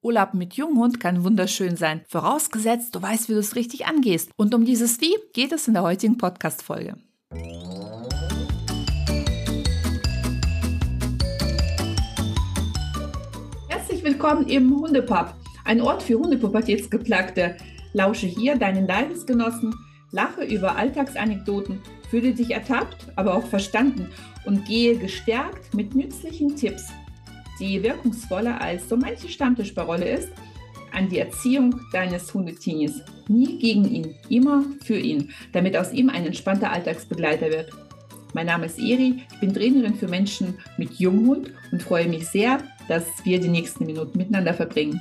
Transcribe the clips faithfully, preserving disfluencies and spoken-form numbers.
Urlaub mit Junghund kann wunderschön sein, vorausgesetzt, du weißt, wie du es richtig angehst. Und um dieses Wie geht es in der heutigen Podcast-Folge. Herzlich willkommen im Hundepub, ein Ort für Hundepubertätsgeplagte. Lausche hier deinen Leidensgenossen, lache über Alltagsanekdoten, fühle dich ertappt, aber auch verstanden und gehe gestärkt mit nützlichen Tipps, die wirkungsvoller als so manche Stammtischparole ist, an die Erziehung deines Hundetinis. Nie gegen ihn, immer für ihn, damit aus ihm ein entspannter Alltagsbegleiter wird. Mein Name ist Eri, ich bin Trainerin für Menschen mit Junghund und freue mich sehr, dass wir die nächsten Minuten miteinander verbringen.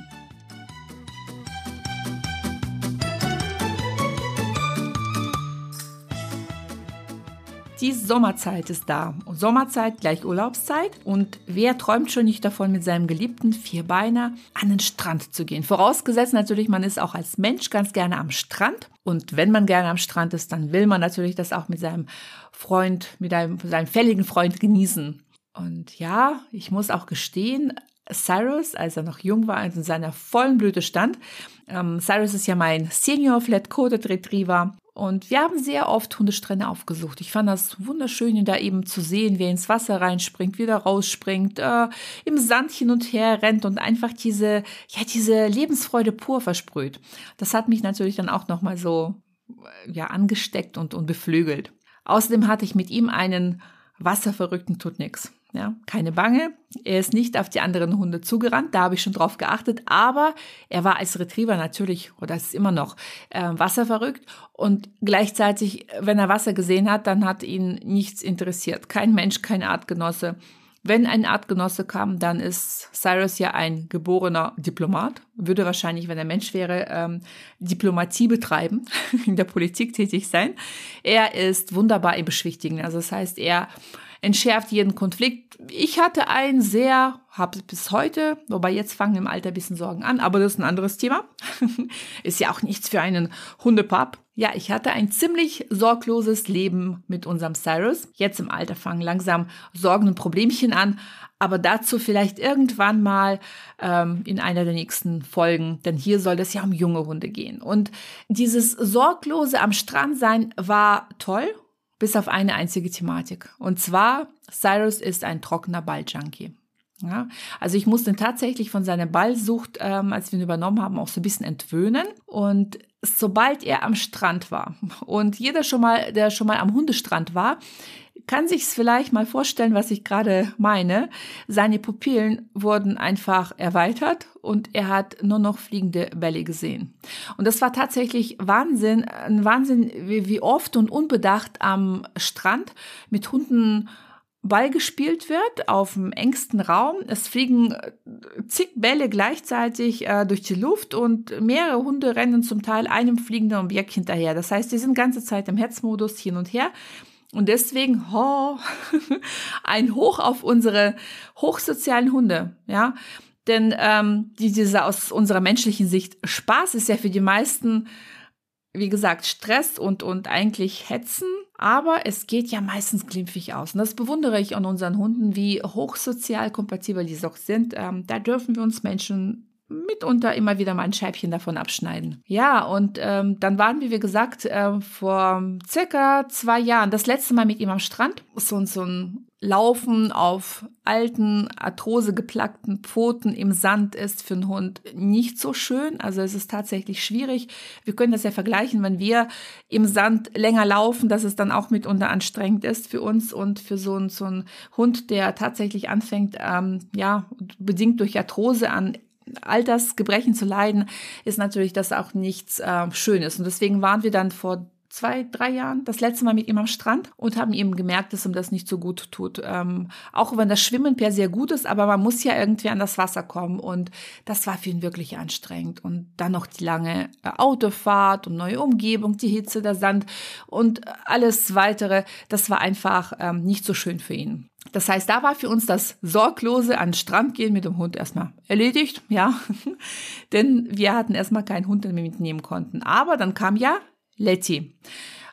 Die Sommerzeit ist da. Sommerzeit gleich Urlaubszeit. Und wer träumt schon nicht davon, mit seinem geliebten Vierbeiner an den Strand zu gehen? Vorausgesetzt natürlich, man ist auch als Mensch ganz gerne am Strand. Und wenn man gerne am Strand ist, dann will man natürlich das auch mit seinem Freund, mit einem, seinem fälligen Freund genießen. Und ja, ich muss auch gestehen, Cyrus, als er noch jung war, also in seiner vollen Blüte stand. Ähm, Cyrus ist ja mein Senior Flat-Coated Retriever. Und wir haben sehr oft Hundestrände aufgesucht. Ich fand das wunderschön, ihn da eben zu sehen, wie er ins Wasser reinspringt, wieder rausspringt, äh, im Sand hin und her rennt und einfach diese, ja, diese Lebensfreude pur versprüht. Das hat mich natürlich dann auch nochmal so, ja, angesteckt und, und beflügelt. Außerdem hatte ich mit ihm einen wasserverrückten tut nix. Ja, keine Bange, er ist nicht auf die anderen Hunde zugerannt, da habe ich schon drauf geachtet, aber er war als Retriever natürlich, oder ist immer noch, äh, wasserverrückt und gleichzeitig, wenn er Wasser gesehen hat, dann hat ihn nichts interessiert. Kein Mensch, kein Artgenosse. Wenn ein Artgenosse kam, dann ist Cyrus ja ein geborener Diplomat, würde wahrscheinlich, wenn er Mensch wäre, ähm, Diplomatie betreiben, in der Politik tätig sein. Er ist wunderbar im Beschwichtigen, also das heißt, er entschärft jeden Konflikt. Ich hatte einen sehr, habe bis heute, wobei jetzt fangen im Alter ein bisschen Sorgen an, aber das ist ein anderes Thema. Ist ja auch nichts für einen Hundepub. Ja, ich hatte ein ziemlich sorgloses Leben mit unserem Cyrus. Jetzt im Alter fangen langsam Sorgen und Problemchen an, aber dazu vielleicht irgendwann mal ähm, in einer der nächsten Folgen, denn hier soll es ja um junge Hunde gehen. Und dieses sorglose am Strand sein war toll. Bis auf eine einzige Thematik. Und zwar, Cyrus ist ein trockener Balljunkie. Ja, also ich musste ihn tatsächlich von seiner Ballsucht, ähm, als wir ihn übernommen haben, auch so ein bisschen entwöhnen. Und sobald er am Strand war und jeder schon mal, der schon mal am Hundestrand war, kann sich's vielleicht mal vorstellen, was ich gerade meine. Seine Pupillen wurden einfach erweitert und er hat nur noch fliegende Bälle gesehen. Und das war tatsächlich Wahnsinn, ein Wahnsinn, wie, wie oft und unbedacht am Strand mit Hunden Ball gespielt wird auf dem engsten Raum. Es fliegen zig Bälle gleichzeitig äh, durch die Luft und mehrere Hunde rennen zum Teil einem fliegenden Objekt hinterher. Das heißt, die sind die ganze Zeit im Hetzmodus hin und her. Und deswegen oh, ein Hoch auf unsere hochsozialen Hunde, ja. Denn ähm, die, diese aus unserer menschlichen Sicht Spaß ist ja für die meisten, wie gesagt, Stress und, und eigentlich Hetzen. Aber es geht ja meistens glimpflich aus. Und das bewundere ich an unseren Hunden, wie hochsozial kompatibel die doch sind. Ähm, da dürfen wir uns Menschen mitunter immer wieder mal ein Scheibchen davon abschneiden. Ja, und ähm, dann waren wir, wie gesagt, äh, vor circa zwei Jahren das letzte Mal mit ihm am Strand. So, so ein Laufen auf alten, arthrosegeplackten Pfoten im Sand ist für einen Hund nicht so schön. Also es ist tatsächlich schwierig. Wir können das ja vergleichen, wenn wir im Sand länger laufen, dass es dann auch mitunter anstrengend ist für uns und für so einen, so einen Hund, der tatsächlich anfängt, ähm, ja, bedingt durch Arthrose an Altersgebrechen zu leiden, ist natürlich das auch nichts äh, Schönes. Und deswegen waren wir dann vor zwei, drei Jahren das letzte Mal mit ihm am Strand und haben ihm gemerkt, dass ihm das nicht so gut tut. Ähm, auch wenn das Schwimmen per se gut ist, aber man muss ja irgendwie an das Wasser kommen und das war für ihn wirklich anstrengend. Und dann noch die lange äh, Autofahrt und neue Umgebung, die Hitze, der Sand und alles weitere. Das war einfach ähm, nicht so schön für ihn. Das heißt, da war für uns das sorglose an den Strand gehen mit dem Hund erstmal erledigt, ja, denn wir hatten erstmal keinen Hund, den wir mitnehmen konnten. Aber dann kam ja Letty.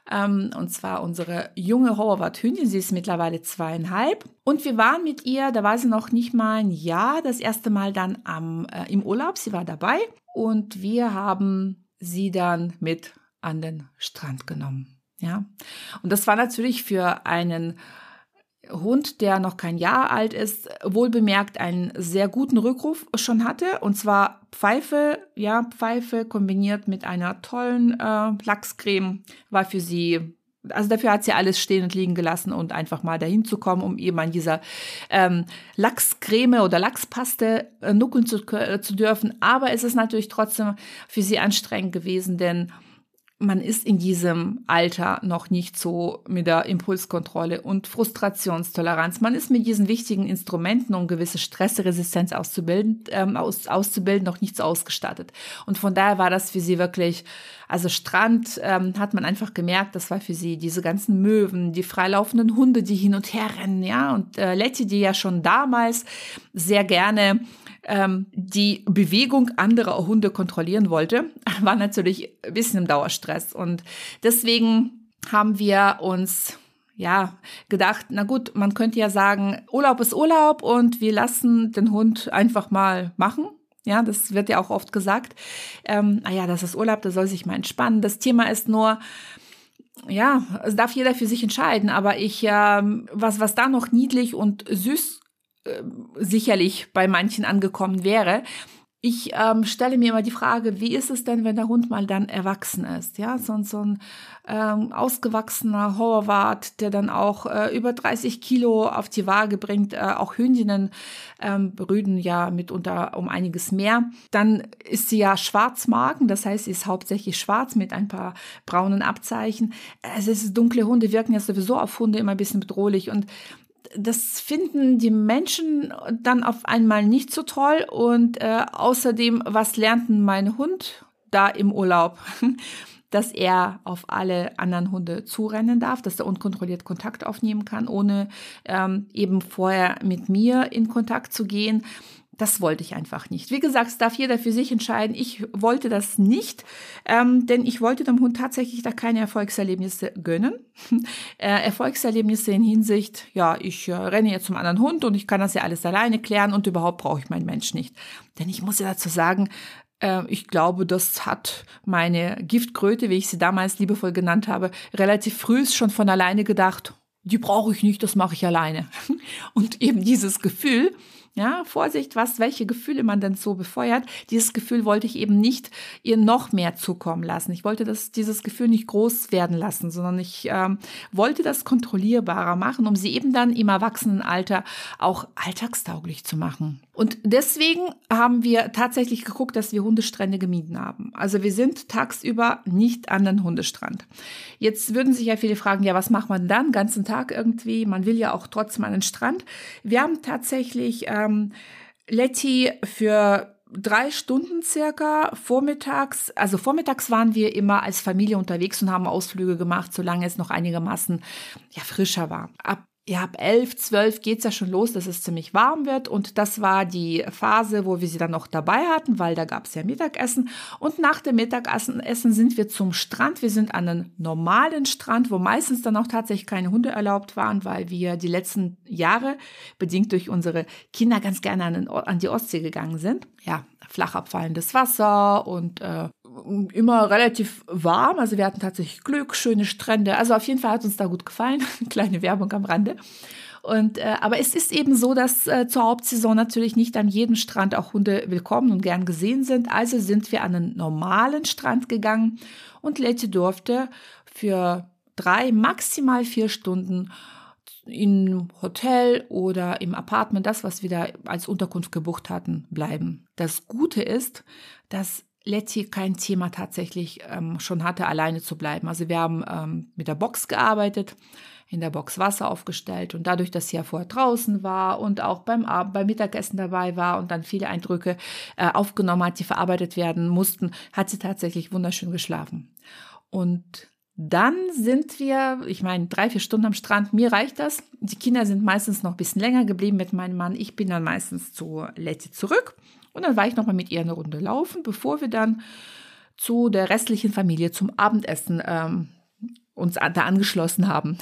Ähm, und zwar unsere junge Horvath-Hündin. Sie ist mittlerweile zweieinhalb. Und wir waren mit ihr, da war sie noch nicht mal ein Jahr, das erste Mal dann am, äh, im Urlaub. Sie war dabei. Und wir haben sie dann mit an den Strand genommen. Ja. Und das war natürlich für einen Hund, der noch kein Jahr alt ist, wohlbemerkt einen sehr guten Rückruf schon hatte. Und zwar Pfeife, ja, Pfeife kombiniert mit einer tollen äh, Lachscreme war für sie, also dafür hat sie alles stehen und liegen gelassen und einfach mal dahin zu kommen, um eben an dieser ähm, Lachscreme oder Lachspaste äh, nuckeln zu, äh, zu dürfen. Aber es ist natürlich trotzdem für sie anstrengend gewesen, denn man ist in diesem Alter noch nicht so mit der Impulskontrolle und Frustrationstoleranz. Man ist mit diesen wichtigen Instrumenten, um gewisse Stressresistenz auszubilden, ähm, aus, auszubilden, noch nicht so ausgestattet. Und von daher war das für sie wirklich, also Strand ähm, hat man einfach gemerkt, das war für sie diese ganzen Möwen, die freilaufenden Hunde, die hin und her rennen, ja. Und äh, Letty, die ja schon damals sehr gerne ähm, die Bewegung anderer Hunde kontrollieren wollte, war natürlich ein bisschen im Dauerstress. Und deswegen haben wir uns ja gedacht, na gut, man könnte ja sagen, Urlaub ist Urlaub und wir lassen den Hund einfach mal machen. Ja, das wird ja auch oft gesagt. Ähm, naja, das ist Urlaub, da soll sich mal entspannen. Das Thema ist nur, ja, es darf jeder für sich entscheiden, aber ich, ähm, was, was da noch niedlich und süß äh, sicherlich bei manchen angekommen wäre, ich ähm, stelle mir immer die Frage, wie ist es denn, wenn der Hund mal dann erwachsen ist? Ja, so, so ein ähm, ausgewachsener Horvath, der dann auch äh, über dreißig Kilo auf die Waage bringt. Äh, auch Hündinnen ähm, brüten ja mitunter um einiges mehr. Dann ist sie ja Schwarzmarken, das heißt, sie ist hauptsächlich schwarz mit ein paar braunen Abzeichen. Also es ist, dunkle Hunde wirken ja sowieso auf Hunde immer ein bisschen bedrohlich und das finden die Menschen dann auf einmal nicht so toll und äh, außerdem, was lernten mein Hund da im Urlaub? Dass er auf alle anderen Hunde zurennen darf, dass er unkontrolliert Kontakt aufnehmen kann, ohne ähm, eben vorher mit mir in Kontakt zu gehen. Das wollte ich einfach nicht. Wie gesagt, es darf jeder für sich entscheiden. Ich wollte das nicht, ähm, denn ich wollte dem Hund tatsächlich da keine Erfolgserlebnisse gönnen. äh, Erfolgserlebnisse in Hinsicht, ja, ich äh, renne jetzt zum anderen Hund und ich kann das ja alles alleine klären und überhaupt brauche ich meinen Mensch nicht. Denn ich muss ja dazu sagen, äh, ich glaube, das hat meine Giftkröte, wie ich sie damals liebevoll genannt habe, relativ früh schon von alleine gedacht, die brauche ich nicht, das mache ich alleine. Und eben dieses Gefühl, ja, Vorsicht, was, welche Gefühle man denn so befeuert. Dieses Gefühl wollte ich eben nicht ihr noch mehr zukommen lassen. Ich wollte das, dieses Gefühl nicht groß werden lassen, sondern ich ähm, wollte das kontrollierbarer machen, um sie eben dann im Erwachsenenalter auch alltagstauglich zu machen. Und deswegen haben wir tatsächlich geguckt, dass wir Hundestrände gemieden haben. Also wir sind tagsüber nicht an den Hundestrand. Jetzt würden sich ja viele fragen, ja, was macht man dann den ganzen Tag irgendwie? Man will ja auch trotzdem an den Strand. Wir haben tatsächlich ähm, Letty für drei Stunden circa vormittags, also vormittags waren wir immer als Familie unterwegs und haben Ausflüge gemacht, solange es noch einigermaßen ja, frischer war. Ab Ja, ab elf, zwölf geht's ja schon los, dass es ziemlich warm wird. Und das war die Phase, wo wir sie dann noch dabei hatten, weil da gab's ja Mittagessen. Und nach dem Mittagessen sind wir zum Strand. Wir sind an einem normalen Strand, wo meistens dann auch tatsächlich keine Hunde erlaubt waren, weil wir die letzten Jahre, bedingt durch unsere Kinder, ganz gerne an, den, an die Ostsee gegangen sind. Ja, flach abfallendes Wasser und äh, immer relativ warm. Also wir hatten tatsächlich Glück, schöne Strände. Also auf jeden Fall hat uns da gut gefallen. Kleine Werbung am Rande. Und, äh, aber es ist eben so, dass äh, zur Hauptsaison natürlich nicht an jedem Strand auch Hunde willkommen und gern gesehen sind. Also sind wir an einen normalen Strand gegangen und Letty durfte für drei, maximal vier Stunden im Hotel oder im Apartment, das, was wir da als Unterkunft gebucht hatten, bleiben. Das Gute ist, dass Letty kein Thema tatsächlich ähm, schon hatte, alleine zu bleiben. Also wir haben ähm, mit der Box gearbeitet, in der Box Wasser aufgestellt und dadurch, dass sie ja vorher draußen war und auch beim Abend, beim Mittagessen dabei war und dann viele Eindrücke äh, aufgenommen hat, die verarbeitet werden mussten, hat sie tatsächlich wunderschön geschlafen. Und dann sind wir, ich meine, drei, vier Stunden am Strand, mir reicht das. Die Kinder sind meistens noch ein bisschen länger geblieben mit meinem Mann. Ich bin dann meistens zu Letty zurück und dann war ich nochmal mit ihr eine Runde laufen, bevor wir dann zu der restlichen Familie zum Abendessen ähm, uns da angeschlossen haben.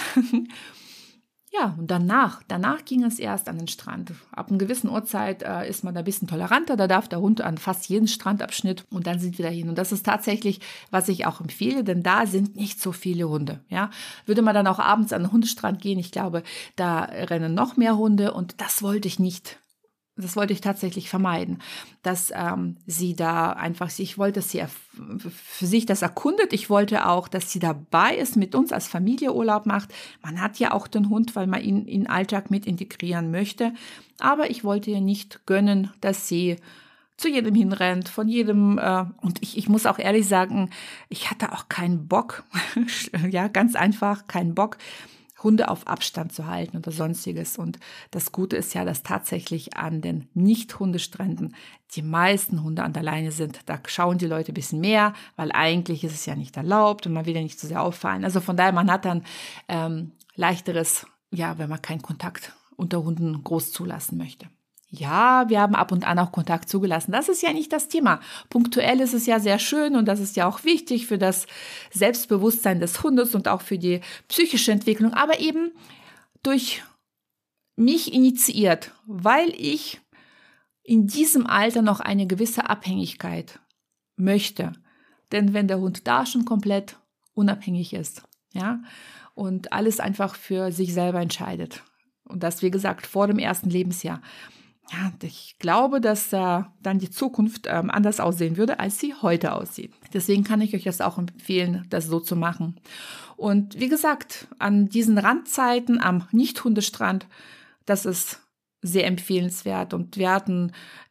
Ja, und danach, danach ging es erst an den Strand. Ab einer gewissen Uhrzeit äh, ist man da ein bisschen toleranter, da darf der Hund an fast jeden Strandabschnitt und dann sind wir dahin. Und das ist tatsächlich, was ich auch empfehle, denn da sind nicht so viele Hunde. Ja, würde man dann auch abends an den Hundestrand gehen, ich glaube, da rennen noch mehr Hunde und das wollte ich nicht. Das wollte ich tatsächlich vermeiden, dass ähm, sie da einfach, ich wollte, dass sie für sich das erkundet. Ich wollte auch, dass sie dabei ist, mit uns als Familie Urlaub macht. Man hat ja auch den Hund, weil man ihn in den Alltag mit integrieren möchte. Aber ich wollte ihr nicht gönnen, dass sie zu jedem hinrennt, von jedem, äh, und ich, ich muss auch ehrlich sagen, ich hatte auch keinen Bock, ja, ganz einfach, keinen Bock, Hunde auf Abstand zu halten oder sonstiges. Und das Gute ist ja, dass tatsächlich an den Nicht-Hundestränden die meisten Hunde an der Leine sind. Da schauen die Leute ein bisschen mehr, weil eigentlich ist es ja nicht erlaubt und man will ja nicht zu sehr auffallen. Also von daher, man hat dann ähm, leichteres, ja, wenn man keinen Kontakt unter Hunden groß zulassen möchte. Ja, wir haben ab und an auch Kontakt zugelassen. Das ist ja nicht das Thema. Punktuell ist es ja sehr schön und das ist ja auch wichtig für das Selbstbewusstsein des Hundes und auch für die psychische Entwicklung, aber eben durch mich initiiert, weil ich in diesem Alter noch eine gewisse Abhängigkeit möchte. Denn wenn der Hund da schon komplett unabhängig ist, ja, und alles einfach für sich selber entscheidet. Und das, wie gesagt, vor dem ersten Lebensjahr. Ja, ich glaube, dass äh, dann die Zukunft ähm, anders aussehen würde, als sie heute aussieht. Deswegen kann ich euch das auch empfehlen, das so zu machen. Und wie gesagt, an diesen Randzeiten am Nicht-Hundestrand, das ist sehr empfehlenswert. Und wir hatten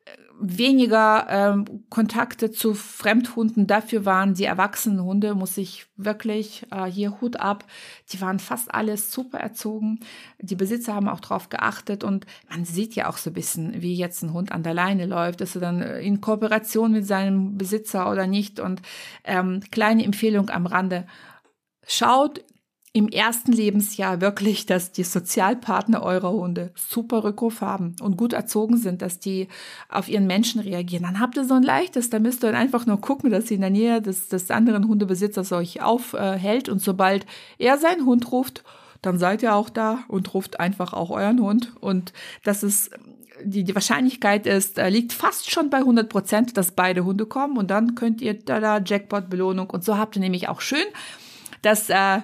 weniger ähm, Kontakte zu Fremdhunden. Dafür waren die erwachsenen Hunde, muss ich wirklich äh, hier Hut ab. Die waren fast alles super erzogen. Die Besitzer haben auch drauf geachtet und man sieht ja auch so ein bisschen, wie jetzt ein Hund an der Leine läuft. Ist er dann in Kooperation mit seinem Besitzer oder nicht? Und ähm, kleine Empfehlung am Rande. Schaut im ersten Lebensjahr wirklich, dass die Sozialpartner eurer Hunde super Rückruf haben und gut erzogen sind, dass die auf ihren Menschen reagieren. Dann habt ihr so ein leichtes, da müsst ihr einfach nur gucken, dass sie in der Nähe des, des anderen Hundebesitzers euch aufhält und sobald er seinen Hund ruft, dann seid ihr auch da und ruft einfach auch euren Hund und das ist Die, die Wahrscheinlichkeit ist, äh, liegt fast schon bei hundert Prozent, dass beide Hunde kommen und dann könnt ihr da, da Jackpot-Belohnung und so habt ihr nämlich auch schön, dass äh,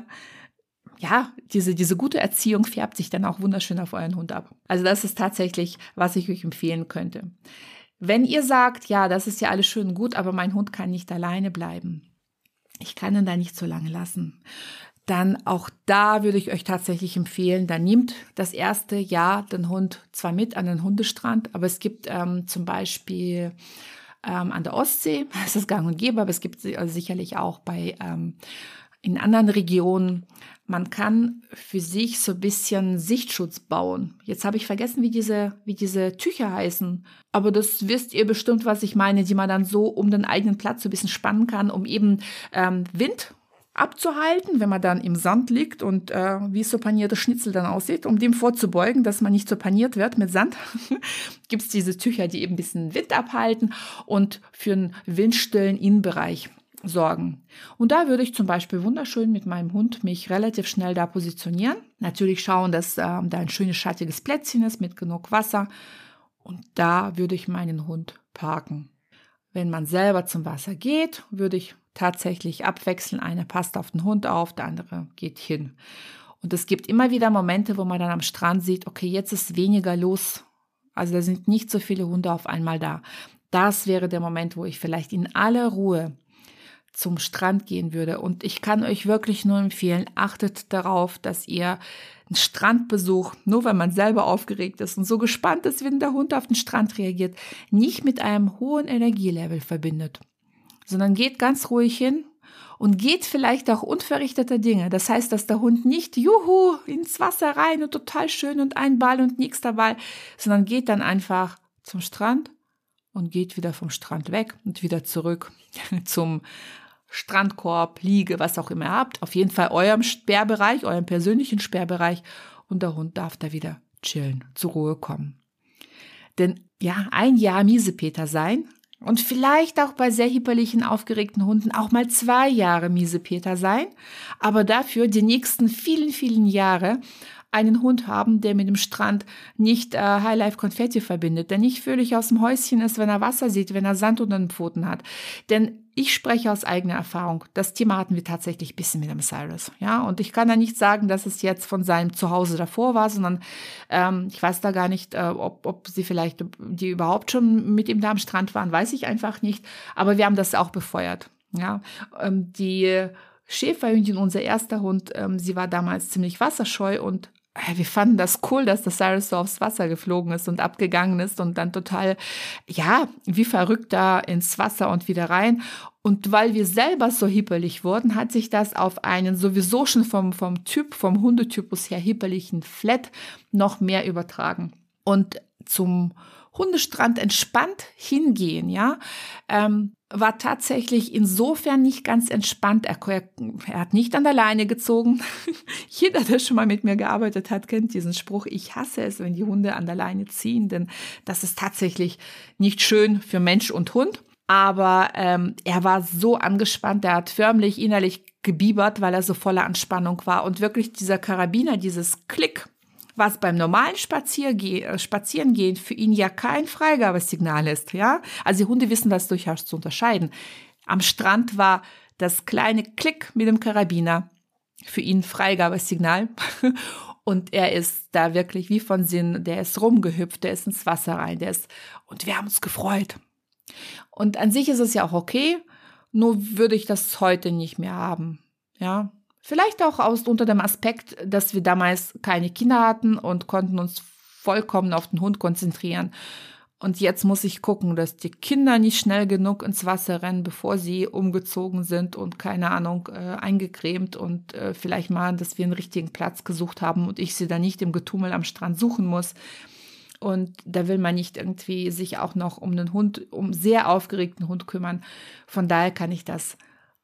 ja, diese, diese gute Erziehung färbt sich dann auch wunderschön auf euren Hund ab. Also das ist tatsächlich, was ich euch empfehlen könnte. Wenn ihr sagt, ja, das ist ja alles schön und gut, aber mein Hund kann nicht alleine bleiben, ich kann ihn da nicht so lange lassen, dann auch da würde ich euch tatsächlich empfehlen, dann nehmt das erste Jahr den Hund zwar mit an den Hundestrand, aber es gibt ähm, zum Beispiel ähm, an der Ostsee, das ist gang und gäbe, aber es gibt also sicherlich auch bei ähm, in anderen Regionen, man kann für sich so ein bisschen Sichtschutz bauen. Jetzt habe ich vergessen, wie diese, wie diese Tücher heißen. Aber das wisst ihr bestimmt, was ich meine, die man dann so um den eigenen Platz so ein bisschen spannen kann, um eben ähm, Wind abzuhalten, wenn man dann im Sand liegt und äh, wie so panierte Schnitzel dann aussieht, um dem vorzubeugen, dass man nicht so paniert wird mit Sand, gibt es diese Tücher, die eben ein bisschen Wind abhalten und für einen windstillen Innenbereich sorgen. Und da würde ich zum Beispiel wunderschön mit meinem Hund mich relativ schnell da positionieren. Natürlich schauen, dass äh, da ein schönes schattiges Plätzchen ist mit genug Wasser. Und da würde ich meinen Hund parken. Wenn man selber zum Wasser geht, würde ich tatsächlich abwechseln. Einer passt auf den Hund auf, der andere geht hin. Und es gibt immer wieder Momente, wo man dann am Strand sieht, okay, jetzt ist weniger los. Also da sind nicht so viele Hunde auf einmal da. Das wäre der Moment, wo ich vielleicht in aller Ruhe zum Strand gehen würde. Und ich kann euch wirklich nur empfehlen, achtet darauf, dass ihr einen Strandbesuch, nur weil man selber aufgeregt ist und so gespannt ist, wenn der Hund auf den Strand reagiert, nicht mit einem hohen Energielevel verbindet, sondern geht ganz ruhig hin und geht vielleicht auch unverrichteter Dinge. Das heißt, dass der Hund nicht juhu ins Wasser rein und total schön und ein Ball und nächster Ball, sondern geht dann einfach zum Strand und geht wieder vom Strand weg und wieder zurück zum Strandkorb, Liege, was auch immer ihr habt. Auf jeden Fall eurem Sperrbereich, eurem persönlichen Sperrbereich. Und der Hund darf da wieder chillen, zur Ruhe kommen. Denn ja, ein Jahr Miesepeter sein, und vielleicht auch bei sehr hippeligen, aufgeregten Hunden auch mal zwei Jahre Miesepeter sein, aber dafür die nächsten vielen, vielen Jahre einen Hund haben, der mit dem Strand nicht äh, Highlife-Konfetti verbindet, der nicht völlig aus dem Häuschen ist, wenn er Wasser sieht, wenn er Sand unter den Pfoten hat. Denn ich spreche aus eigener Erfahrung. Das Thema hatten wir tatsächlich ein bisschen mit dem Cyrus. Ja? Und ich kann da nicht sagen, dass es jetzt von seinem Zuhause davor war, sondern ähm, ich weiß da gar nicht, äh, ob, ob sie vielleicht, die überhaupt schon mit ihm da am Strand waren, weiß ich einfach nicht. Aber wir haben das auch befeuert. Ja? Ähm, die Schäferhündin, unser erster Hund, ähm, sie war damals ziemlich wasserscheu und wir fanden das cool, dass der Cyrus so aufs Wasser geflogen ist und abgegangen ist und dann total, ja, wie verrückt da ins Wasser und wieder rein. Und weil wir selber so hippelig wurden, hat sich das auf einen sowieso schon vom, vom Typ, vom Hundetypus her hippeligen Flat noch mehr übertragen. Und zum Hundestrand entspannt hingehen, ja, ähm, war tatsächlich insofern nicht ganz entspannt. Er, er, er hat nicht an der Leine gezogen. Jeder, der schon mal mit mir gearbeitet hat, kennt diesen Spruch. Ich hasse es, wenn die Hunde an der Leine ziehen, denn das ist tatsächlich nicht schön für Mensch und Hund. Aber ähm, er war so angespannt, er hat förmlich innerlich gebiebert, weil er so voller Anspannung war. Und wirklich dieser Karabiner, dieses Klick, was beim normalen Spazierge- Spazierengehen für ihn ja kein Freigabesignal ist, ja. Also die Hunde wissen das durchaus zu unterscheiden. Am Strand war das kleine Klick mit dem Karabiner für ihn Freigabesignal. Und er ist da wirklich wie von Sinn, der ist rumgehüpft, der ist ins Wasser rein, der ist, und wir haben uns gefreut. Und an sich ist es ja auch okay, nur würde ich das heute nicht mehr haben, ja. Vielleicht auch aus unter dem Aspekt, dass wir damals keine Kinder hatten und konnten uns vollkommen auf den Hund konzentrieren. Und jetzt muss ich gucken, dass die Kinder nicht schnell genug ins Wasser rennen, bevor sie umgezogen sind und, keine Ahnung, äh, eingecremt und äh, vielleicht mal, dass wir einen richtigen Platz gesucht haben und ich sie dann nicht im Getummel am Strand suchen muss. Und da will man nicht irgendwie sich auch noch um einen Hund, um einen sehr aufgeregten Hund kümmern. Von daher kann ich das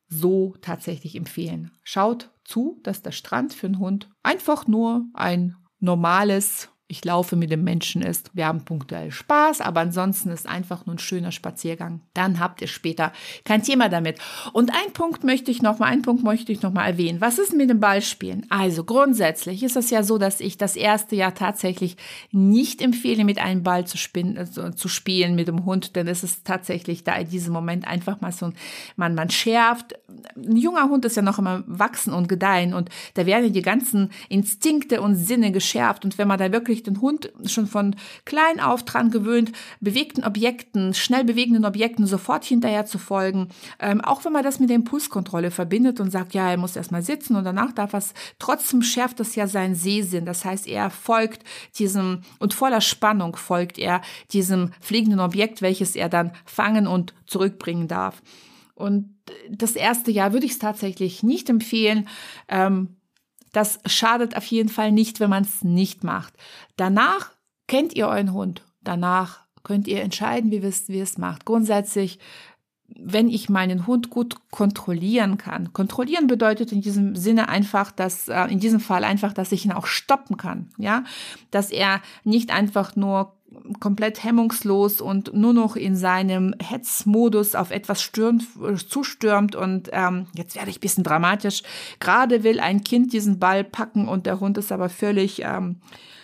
so tatsächlich empfehlen. Schaut zu, dass der Strand für einen Hund einfach nur ein normales, ich laufe mit dem Menschen ist. Wir haben punktuell Spaß, aber ansonsten ist einfach nur ein schöner Spaziergang. Dann habt ihr später kein Thema damit. Und ein Punkt möchte ich noch mal, einen Punkt möchte ich noch mal erwähnen. Was ist mit dem Ballspielen? Also grundsätzlich ist es ja so, dass ich das erste Jahr tatsächlich nicht empfehle, mit einem Ball zu, spinnen, also zu spielen mit dem Hund, denn es ist tatsächlich da in diesem Moment einfach mal so ein, man, man schärft. Ein junger Hund ist ja noch immer wachsen und gedeihen und da werden die ganzen Instinkte und Sinne geschärft und wenn man da wirklich den Hund schon von klein auf dran gewöhnt, bewegten Objekten, schnell bewegenden Objekten sofort hinterher zu folgen. Ähm, auch wenn man das mit der Impulskontrolle verbindet und sagt, ja, er muss erstmal sitzen und danach darf er es, trotzdem schärft das ja seinen Sehsinn. Das heißt, er folgt diesem, und voller Spannung folgt er diesem fliegenden Objekt, welches er dann fangen und zurückbringen darf. Und das erste Jahr würde ich es tatsächlich nicht empfehlen. Ähm, Das schadet auf jeden Fall nicht, wenn man es nicht macht. Danach kennt ihr euren Hund. Danach könnt ihr entscheiden, wie es, wie es macht. Grundsätzlich, wenn ich meinen Hund gut kontrollieren kann. Kontrollieren bedeutet in diesem Sinne einfach, dass, äh, in diesem Fall einfach, dass ich ihn auch stoppen kann. Ja, dass er nicht einfach nur komplett hemmungslos und nur noch in seinem Hetzmodus auf etwas stürmt, zustürmt und ähm, jetzt werde ich ein bisschen dramatisch. Gerade will ein Kind diesen Ball packen und der Hund ist aber völlig, ähm,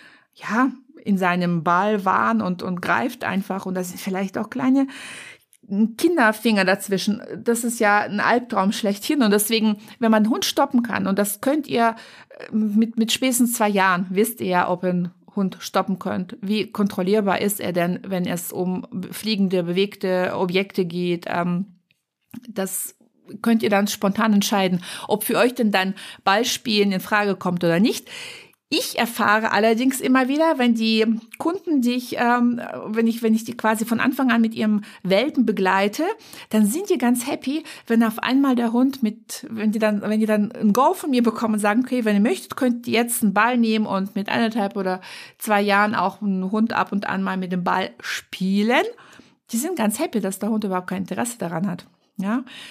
ja, in seinem Ballwahn und, und greift einfach und da sind vielleicht auch kleine Kinderfinger dazwischen. Das ist ja ein Albtraum schlechthin und deswegen, wenn man einen Hund stoppen kann und das könnt ihr mit, mit spätestens zwei Jahren, wisst ihr ja, ob ein Hund stoppen könnt. Wie kontrollierbar ist er denn, wenn es um fliegende, bewegte Objekte geht? Ähm, das könnt ihr dann spontan entscheiden, ob für euch denn dann Ballspielen in Frage kommt oder nicht. Ich erfahre allerdings immer wieder, wenn die Kunden, die ich, ähm, wenn ich, wenn ich die quasi von Anfang an mit ihrem Welpen begleite, dann sind die ganz happy, wenn auf einmal der Hund mit, wenn die dann, wenn die dann ein Go von mir bekommen und sagen, okay, wenn ihr möchtet, könnt ihr jetzt einen Ball nehmen und mit anderthalb oder zwei Jahren auch einen Hund ab und an mal mit dem Ball spielen. Die sind ganz happy, dass der Hund überhaupt kein Interesse daran hat. Ja.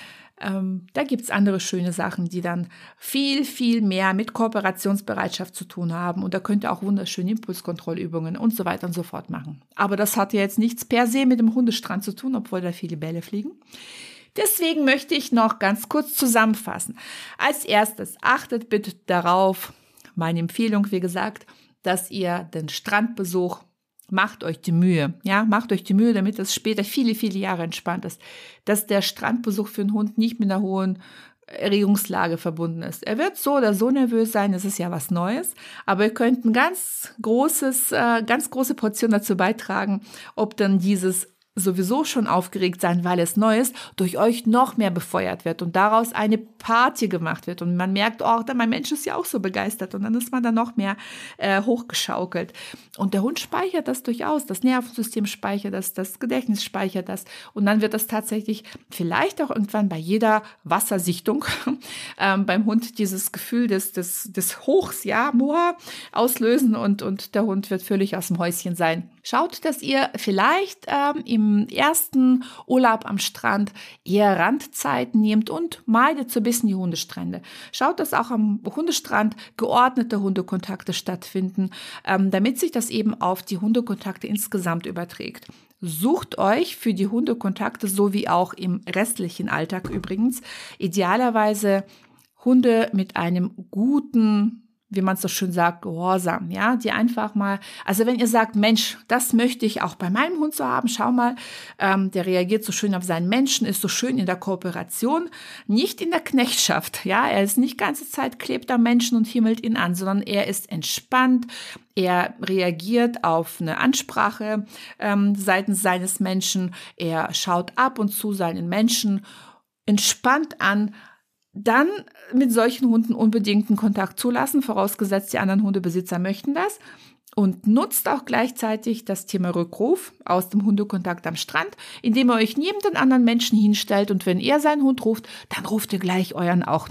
Ähm, da gibt es andere schöne Sachen, die dann viel, viel mehr mit Kooperationsbereitschaft zu tun haben. Und da könnt ihr auch wunderschöne Impulskontrollübungen und so weiter und so fort machen. Aber das hat ja jetzt nichts per se mit dem Hundestrand zu tun, obwohl da viele Bälle fliegen. Deswegen möchte ich noch ganz kurz zusammenfassen. Als erstes, achtet bitte darauf, meine Empfehlung, wie gesagt, dass ihr den Strandbesuch, macht euch die Mühe, ja, macht euch die Mühe, damit es später viele, viele Jahre entspannt ist, dass der Strandbesuch für einen Hund nicht mit einer hohen Erregungslage verbunden ist. Er wird so oder so nervös sein, es ist ja was Neues, aber ihr könnt ein ganz großes, äh, ganz große Portion dazu beitragen, ob dann dieses sowieso schon aufgeregt sein, weil es neu ist, durch euch noch mehr befeuert wird und daraus eine Party gemacht wird und man merkt, oh, mein Mensch ist ja auch so begeistert und dann ist man da noch mehr äh, hochgeschaukelt. Und der Hund speichert das durchaus, das Nervensystem speichert das, das Gedächtnis speichert das und dann wird das tatsächlich vielleicht auch irgendwann bei jeder Wassersichtung ähm, beim Hund dieses Gefühl des, des, des Hochs, ja, Moa, auslösen und, und der Hund wird völlig aus dem Häuschen sein. Schaut, dass ihr vielleicht ähm, im ersten Urlaub am Strand eher Randzeiten nehmt und meidet so ein bisschen die Hundestrände. Schaut, dass auch am Hundestrand geordnete Hundekontakte stattfinden, ähm, damit sich das eben auf die Hundekontakte insgesamt überträgt. Sucht euch für die Hundekontakte, so wie auch im restlichen Alltag übrigens, idealerweise Hunde mit einem guten, wie man es so schön sagt, Gehorsam, ja, die einfach mal, also wenn ihr sagt, Mensch, das möchte ich auch bei meinem Hund so haben, schau mal, ähm, der reagiert so schön auf seinen Menschen, ist so schön in der Kooperation, nicht in der Knechtschaft, ja, er ist nicht ganze Zeit klebt am Menschen und himmelt ihn an, sondern er ist entspannt, er reagiert auf eine Ansprache ähm, seitens seines Menschen, er schaut ab und zu seinen Menschen entspannt an. Dann mit solchen Hunden unbedingten Kontakt zulassen, vorausgesetzt die anderen Hundebesitzer möchten das. Und nutzt auch gleichzeitig das Thema Rückruf aus dem Hundekontakt am Strand, indem ihr euch neben den anderen Menschen hinstellt und wenn er seinen Hund ruft, dann ruft ihr gleich euren auch.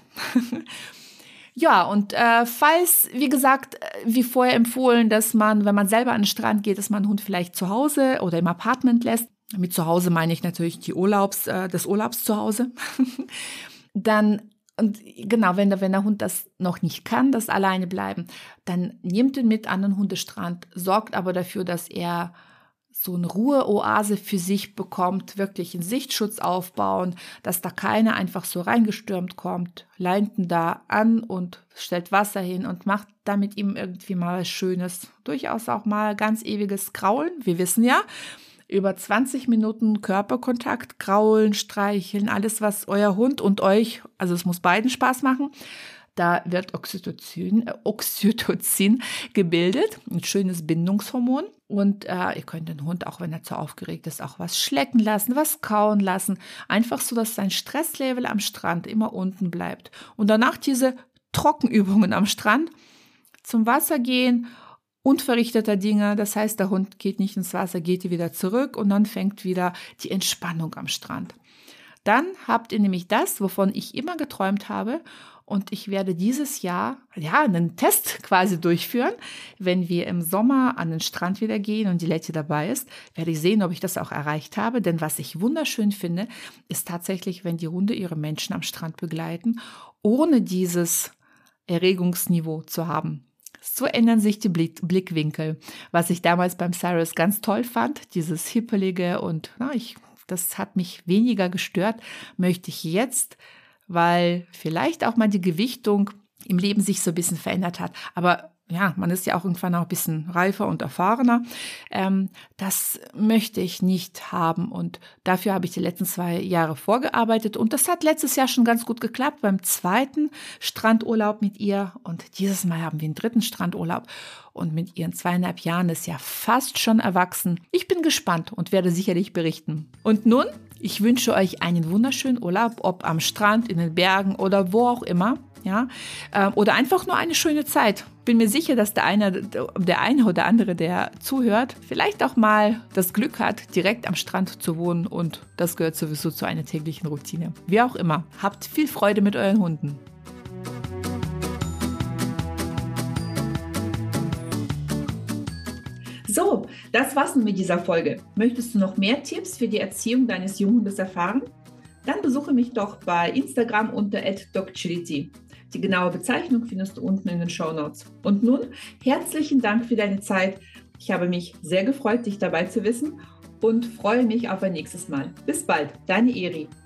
Ja, und äh, falls, wie gesagt, wie vorher empfohlen, dass man, wenn man selber an den Strand geht, dass man den Hund vielleicht zu Hause oder im Apartment lässt. Mit zu Hause meine ich natürlich die Urlaubs, äh, das Urlaubszuhause. Dann Und genau, wenn der, wenn der Hund das noch nicht kann, das alleine bleiben, dann nehmt ihn mit an den Hundestrand, sorgt aber dafür, dass er so eine Ruheoase für sich bekommt, wirklich einen Sichtschutz aufbauen, dass da keiner einfach so reingestürmt kommt, leint ihn da an und stellt Wasser hin und macht damit ihm irgendwie mal was Schönes, durchaus auch mal ganz ewiges Kraulen. Wir wissen ja, über zwanzig Minuten Körperkontakt, Kraulen, Streicheln, alles, was euer Hund und euch, also es muss beiden Spaß machen, da wird Oxytocin, äh, Oxytocin gebildet, ein schönes Bindungshormon. Und äh, ihr könnt den Hund, auch wenn er zu aufgeregt ist, auch was schlecken lassen, was kauen lassen. Einfach so, dass sein Stresslevel am Strand immer unten bleibt. Und danach diese Trockenübungen am Strand, zum Wasser gehen, unverrichteter Dinge, das heißt, der Hund geht nicht ins Wasser, geht wieder zurück und dann fängt wieder die Entspannung am Strand. Dann habt ihr nämlich das, wovon ich immer geträumt habe und ich werde dieses Jahr ja einen Test quasi durchführen. Wenn wir im Sommer an den Strand wieder gehen und die Letty dabei ist, werde ich sehen, ob ich das auch erreicht habe, denn was ich wunderschön finde, ist tatsächlich, wenn die Hunde ihre Menschen am Strand begleiten, ohne dieses Erregungsniveau zu haben. So ändern sich die Blick- Blickwinkel, was ich damals beim Cyrus ganz toll fand, dieses Hippelige und na, ich, das hat mich weniger gestört, möchte ich jetzt, weil vielleicht auch mal die Gewichtung im Leben sich so ein bisschen verändert hat, aber ja, man ist ja auch irgendwann auch ein bisschen reifer und erfahrener. Ähm, das möchte ich nicht haben und dafür habe ich die letzten zwei Jahre vorgearbeitet und das hat letztes Jahr schon ganz gut geklappt beim zweiten Strandurlaub mit ihr und dieses Mal haben wir einen dritten Strandurlaub und mit ihren zweieinhalb Jahren ist ja fast schon erwachsen. Ich bin gespannt und werde sicherlich berichten. Und nun, ich wünsche euch einen wunderschönen Urlaub, ob am Strand, in den Bergen oder wo auch immer. Ja, oder einfach nur eine schöne Zeit. Bin mir sicher, dass der eine, der eine oder andere, der zuhört, vielleicht auch mal das Glück hat, direkt am Strand zu wohnen und das gehört sowieso zu einer täglichen Routine. Wie auch immer, habt viel Freude mit euren Hunden. So, das war's nun mit dieser Folge. Möchtest du noch mehr Tipps für die Erziehung deines Junghundes erfahren? Dann besuche mich doch bei Instagram unter at docchility. Die genaue Bezeichnung findest du unten in den Shownotes. Und nun, herzlichen Dank für deine Zeit. Ich habe mich sehr gefreut, dich dabei zu wissen und freue mich auf ein nächstes Mal. Bis bald, deine Eri.